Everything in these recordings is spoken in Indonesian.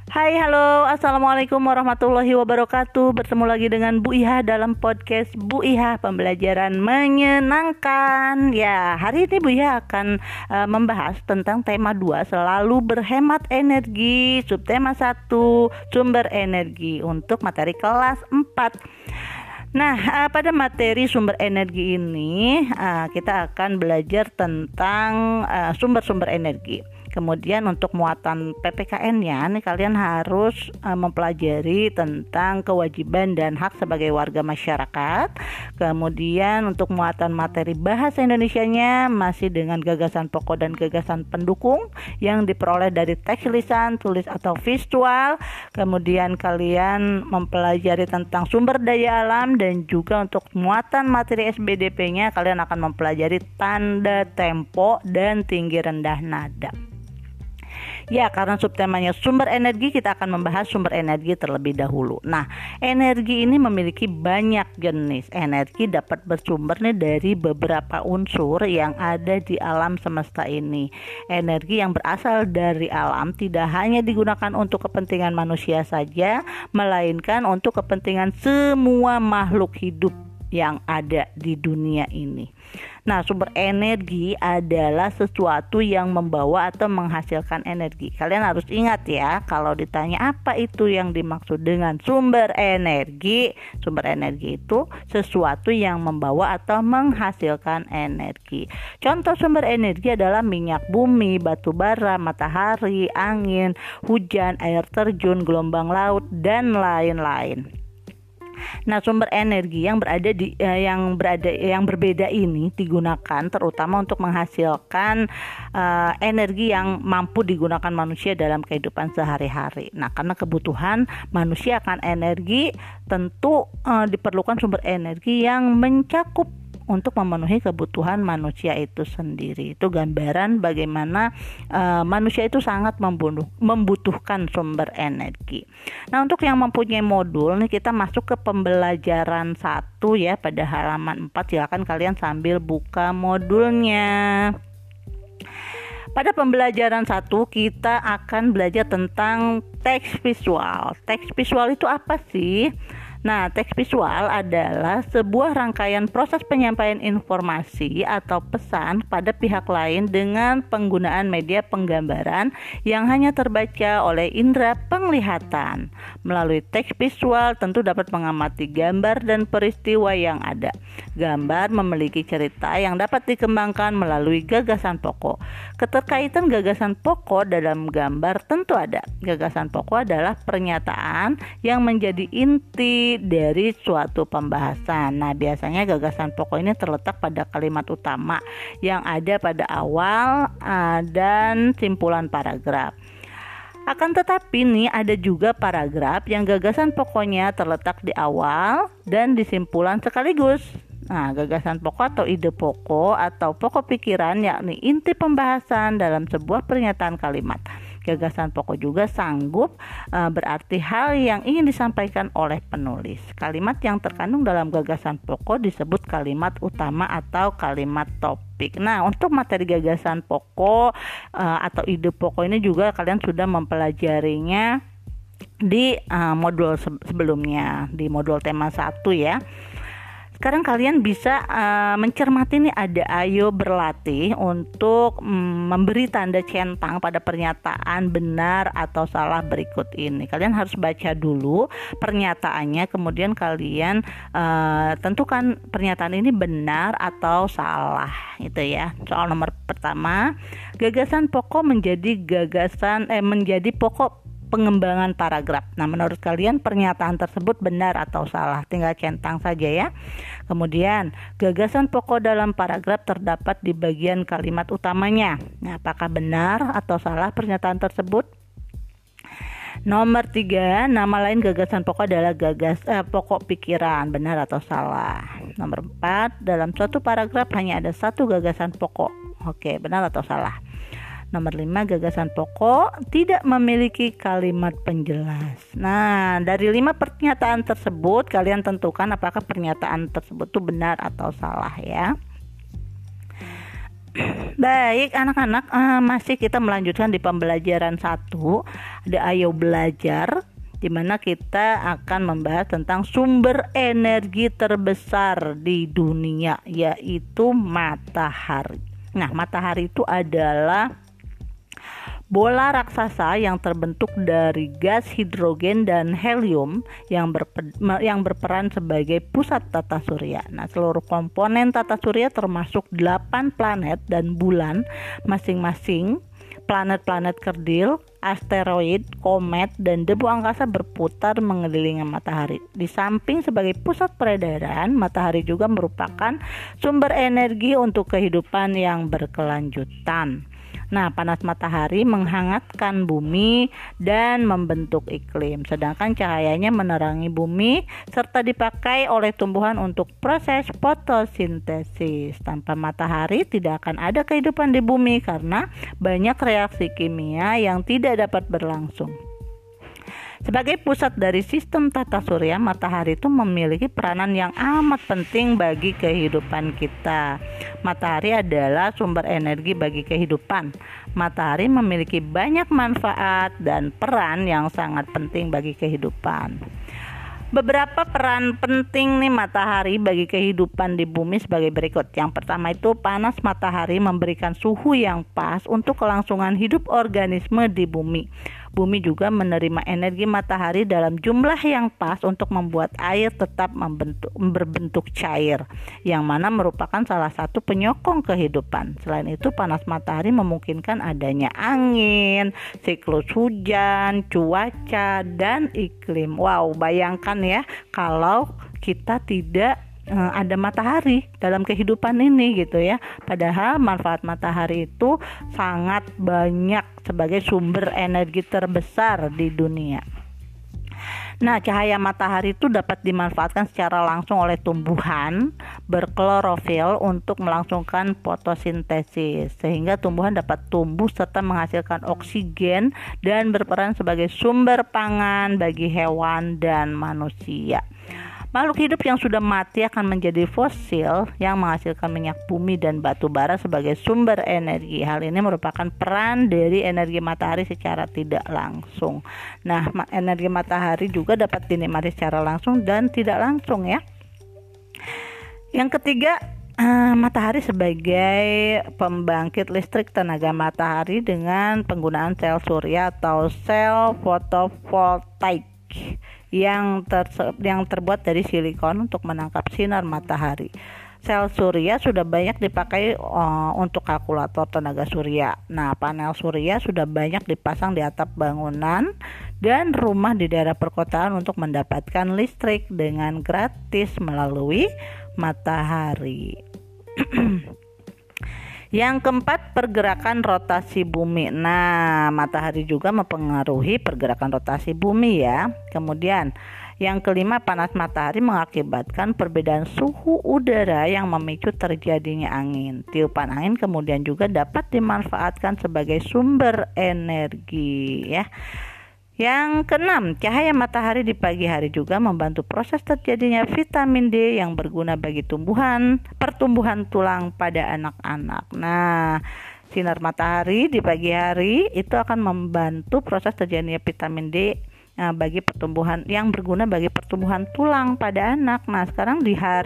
Hai, halo, assalamualaikum warahmatullahi wabarakatuh. Bertemu lagi dengan Bu Iha dalam podcast Bu Iha Pembelajaran Menyenangkan. Ya, hari ini Bu Iha akan membahas tentang tema 2, selalu berhemat energi. Subtema 1, sumber energi, untuk materi kelas 4. Nah, pada materi sumber energi ini kita akan belajar tentang sumber-sumber energi. Kemudian untuk muatan PPKN-nya, nih kalian harus mempelajari tentang kewajiban dan hak sebagai warga masyarakat. Kemudian untuk muatan materi bahasa Indonesianya masih dengan gagasan pokok dan gagasan pendukung yang diperoleh dari teks lisan, tulis atau visual. Kemudian kalian mempelajari tentang sumber daya alam, dan juga untuk muatan materi SBDP-nya kalian akan mempelajari tanda tempo dan tinggi rendah nada. Ya, karena subtemanya sumber energi, kita akan membahas sumber energi terlebih dahulu. Nah, energi ini memiliki banyak jenis. Energi dapat bersumber dari beberapa unsur yang ada di alam semesta ini. Energi yang berasal dari alam tidak hanya digunakan untuk kepentingan manusia saja, melainkan untuk kepentingan semua makhluk hidup yang ada di dunia ini. Nah, sumber energi adalah sesuatu yang membawa atau menghasilkan energi. Kalian harus ingat ya, kalau ditanya apa itu yang dimaksud dengan sumber energi. Sumber energi itu sesuatu yang membawa atau menghasilkan energi. Contoh sumber energi adalah minyak bumi, batu bara, matahari, angin, hujan, air terjun, gelombang laut, dan lain-lain. Nah, sumber energi yang berbeda ini digunakan terutama untuk menghasilkan energi yang mampu digunakan manusia dalam kehidupan sehari-hari. Nah, karena kebutuhan manusia akan energi, tentu diperlukan sumber energi yang mencakup untuk memenuhi kebutuhan manusia itu sendiri. Itu gambaran bagaimana manusia itu sangat membutuhkan sumber energi. Nah, untuk yang mempunyai modul nih, kita masuk ke pembelajaran 1 ya, pada halaman 4. Silakan kalian sambil buka modulnya. Pada pembelajaran 1 kita akan belajar tentang teks visual. Teks visual itu apa sih? Nah, teks visual adalah sebuah rangkaian proses penyampaian informasi atau pesan pada pihak lain dengan penggunaan media penggambaran yang hanya terbaca oleh indera penglihatan. Melalui teks visual tentu dapat mengamati gambar dan peristiwa yang ada. Gambar memiliki cerita yang dapat dikembangkan melalui gagasan pokok. Keterkaitan gagasan pokok dalam gambar tentu ada. Gagasan pokok adalah pernyataan yang menjadi inti dari suatu pembahasan. Nah, biasanya gagasan pokok ini terletak pada kalimat utama yang ada pada awal dan simpulan paragraf. Akan tetapi nih, ada juga paragraf yang gagasan pokoknya terletak di awal dan di simpulan sekaligus. Nah, gagasan pokok atau ide pokok atau pokok pikiran yakni inti pembahasan dalam sebuah pernyataan kalimat. Gagasan pokok juga sanggup berarti hal yang ingin disampaikan oleh penulis. Kalimat yang terkandung dalam gagasan pokok disebut kalimat utama atau kalimat topik. Nah, untuk materi gagasan pokok atau ide pokok ini juga kalian sudah mempelajarinya di modul sebelumnya, di modul tema 1 ya. Sekarang kalian bisa mencermati nih, ada ayo berlatih untuk memberi tanda centang pada pernyataan benar atau salah berikut ini. Kalian harus baca dulu pernyataannya, kemudian kalian tentukan pernyataan ini benar atau salah, itu ya. Soal nomor pertama, gagasan pokok menjadi pokok pengembangan paragraf. Nah, menurut kalian pernyataan tersebut benar atau salah? Tinggal centang saja ya. Kemudian, gagasan pokok dalam paragraf terdapat di bagian kalimat utamanya. Nah, apakah benar atau salah pernyataan tersebut? Nomor 3, nama lain gagasan pokok adalah pokok pikiran, benar atau salah? Nomor 4, dalam suatu paragraf hanya ada satu gagasan pokok. Oke, benar atau salah? Nomor 5, gagasan pokok tidak memiliki kalimat penjelas. Nah, dari 5 pernyataan tersebut kalian tentukan apakah pernyataan tersebut itu benar atau salah ya. Baik, anak-anak, masih kita melanjutkan di pembelajaran 1, ada Ayo Belajar, di mana kita akan membahas tentang sumber energi terbesar di dunia, yaitu matahari. Nah, matahari itu adalah bola raksasa yang terbentuk dari gas hidrogen dan helium yang berperan sebagai pusat tata surya. Nah, seluruh komponen tata surya termasuk 8 planet dan bulan, masing-masing planet-planet kerdil, asteroid, komet, dan debu angkasa berputar mengelilingi matahari. Di samping sebagai pusat peredaran, matahari juga merupakan sumber energi untuk kehidupan yang berkelanjutan. Nah, panas matahari menghangatkan bumi dan membentuk iklim, sedangkan cahayanya menerangi bumi serta dipakai oleh tumbuhan untuk proses fotosintesis. Tanpa matahari tidak akan ada kehidupan di bumi karena banyak reaksi kimia yang tidak dapat berlangsung. Sebagai pusat dari sistem tata surya, matahari itu memiliki peranan yang amat penting bagi kehidupan kita. Matahari adalah sumber energi bagi kehidupan. Matahari memiliki banyak manfaat dan peran yang sangat penting bagi kehidupan. Beberapa peran penting nih matahari bagi kehidupan di bumi sebagai berikut. Yang pertama itu panas matahari memberikan suhu yang pas untuk kelangsungan hidup organisme di bumi. Bumi juga menerima energi matahari dalam jumlah yang pas untuk membuat air tetap berbentuk cair, yang mana merupakan salah satu penyokong kehidupan. Selain itu, panas matahari memungkinkan adanya angin, siklus hujan, cuaca, dan iklim. Wow, bayangkan ya kalau kita tidak ada matahari dalam kehidupan ini gitu ya. Padahal manfaat matahari itu sangat banyak sebagai sumber energi terbesar di dunia. Nah, cahaya matahari itu dapat dimanfaatkan secara langsung oleh tumbuhan berklorofil untuk melangsungkan fotosintesis, sehingga tumbuhan dapat tumbuh serta menghasilkan oksigen dan berperan sebagai sumber pangan bagi hewan dan manusia. Makhluk hidup yang sudah mati akan menjadi fosil yang menghasilkan minyak bumi dan batu bara sebagai sumber energi. Hal ini merupakan peran dari energi matahari secara tidak langsung. Nah, energi matahari juga dapat dinikmati secara langsung dan tidak langsung ya. Yang ketiga, matahari sebagai pembangkit listrik tenaga matahari dengan penggunaan sel surya atau sel fotovoltaik yang terbuat dari silikon untuk menangkap sinar matahari. Sel surya sudah banyak dipakai untuk kalkulator tenaga surya. Nah, panel surya sudah banyak dipasang di atap bangunan dan rumah di daerah perkotaan untuk mendapatkan listrik dengan gratis melalui matahari. Yang keempat, pergerakan rotasi bumi. Nah, matahari juga mempengaruhi pergerakan rotasi bumi ya. Kemudian, yang kelima, panas matahari mengakibatkan perbedaan suhu udara yang memicu terjadinya angin. Tiupan angin kemudian juga dapat dimanfaatkan sebagai sumber energi ya. Yang keenam, cahaya matahari di pagi hari juga membantu proses terjadinya vitamin D yang berguna bagi pertumbuhan tulang pada anak-anak. Nah, sinar matahari di pagi hari itu akan membantu proses terjadinya vitamin D bagi pertumbuhan yang berguna bagi pertumbuhan tulang pada anak. Nah, sekarang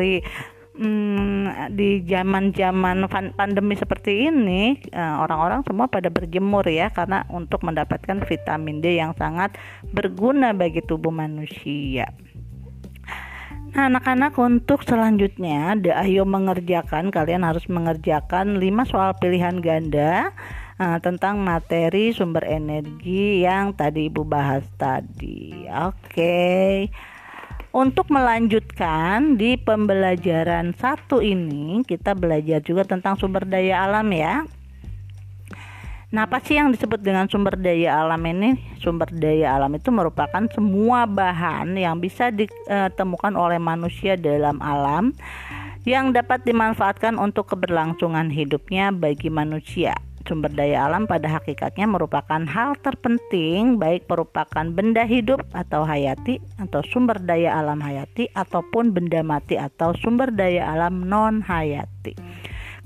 di zaman-zaman pandemi seperti ini, orang-orang semua pada berjemur ya, karena untuk mendapatkan vitamin D yang sangat berguna bagi tubuh manusia. Nah, anak-anak, untuk selanjutnya ayo mengerjakan, kalian harus mengerjakan 5 soal pilihan ganda tentang materi sumber energi yang tadi Ibu bahas tadi. Oke. Untuk melanjutkan di pembelajaran 1 ini, kita belajar juga tentang sumber daya alam ya. Nah, apa sih yang disebut dengan sumber daya alam ini? Sumber daya alam itu merupakan semua bahan yang bisa ditemukan oleh manusia dalam alam yang dapat dimanfaatkan untuk keberlangsungan hidupnya bagi manusia. Sumber daya alam pada hakikatnya merupakan hal terpenting, baik merupakan benda hidup atau hayati, atau sumber daya alam hayati, ataupun benda mati atau sumber daya alam non hayati.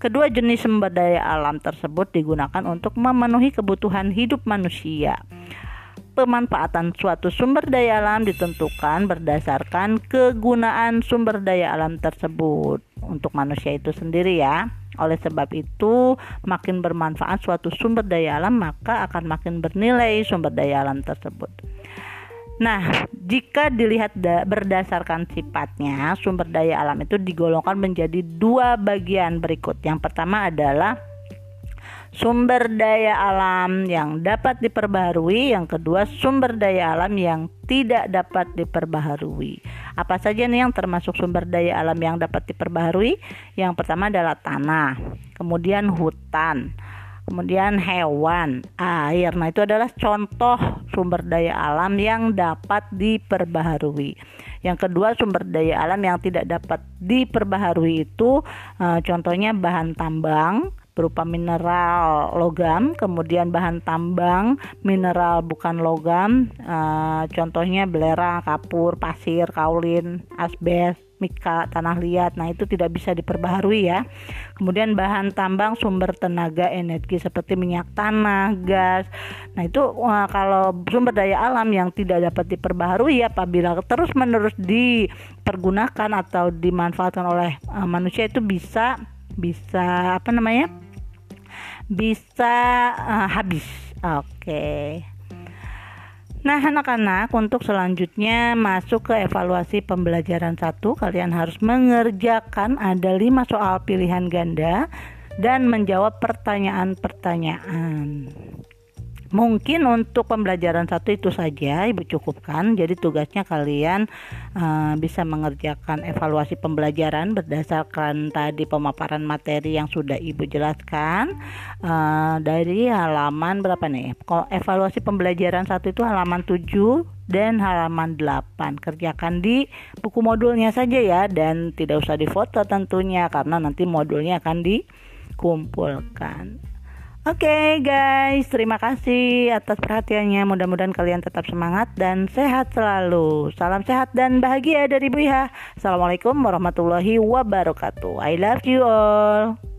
Kedua jenis sumber daya alam tersebut digunakan untuk memenuhi kebutuhan hidup manusia. Pemanfaatan suatu sumber daya alam ditentukan berdasarkan kegunaan sumber daya alam tersebut untuk manusia itu sendiri ya. Oleh sebab itu, makin bermanfaat suatu sumber daya alam, maka akan makin bernilai sumber daya alam tersebut. Nah, jika dilihat berdasarkan sifatnya, sumber daya alam itu digolongkan menjadi dua bagian berikut. Yang pertama adalah sumber daya alam yang dapat diperbaharui, yang kedua sumber daya alam yang tidak dapat diperbaharui. Apa saja nih yang termasuk sumber daya alam yang dapat diperbaharui? Yang pertama adalah tanah, kemudian hutan, kemudian hewan, air. Nah, itu adalah contoh sumber daya alam yang dapat diperbaharui. Yang kedua, sumber daya alam yang tidak dapat diperbaharui itu contohnya bahan tambang berupa mineral logam, kemudian bahan tambang mineral bukan logam, contohnya belerang, kapur, pasir, kaulin, asbes, mika, tanah liat. Nah, itu tidak bisa diperbaharui ya. Kemudian bahan tambang sumber tenaga energi seperti minyak tanah, gas. Nah, itu kalau sumber daya alam yang tidak dapat diperbaharui apabila terus-menerus dipergunakan atau dimanfaatkan oleh manusia itu bisa habis. Oke. Nah, anak-anak, untuk selanjutnya masuk ke evaluasi pembelajaran 1, kalian harus mengerjakan ada 5 soal pilihan ganda dan menjawab pertanyaan-pertanyaan. Mungkin untuk pembelajaran 1 itu saja Ibu cukupkan. Jadi tugasnya kalian bisa mengerjakan evaluasi pembelajaran berdasarkan tadi pemaparan materi yang sudah Ibu jelaskan dari halaman berapa nih? Evaluasi pembelajaran 1 itu halaman 7 dan halaman 8. Kerjakan di buku modulnya saja ya, dan tidak usah difoto tentunya karena nanti modulnya akan dikumpulkan. Oke guys, terima kasih atas perhatiannya. Mudah-mudahan kalian tetap semangat dan sehat selalu. Salam sehat dan bahagia dari Bu Iha. Assalamualaikum warahmatullahi wabarakatuh. I love you all.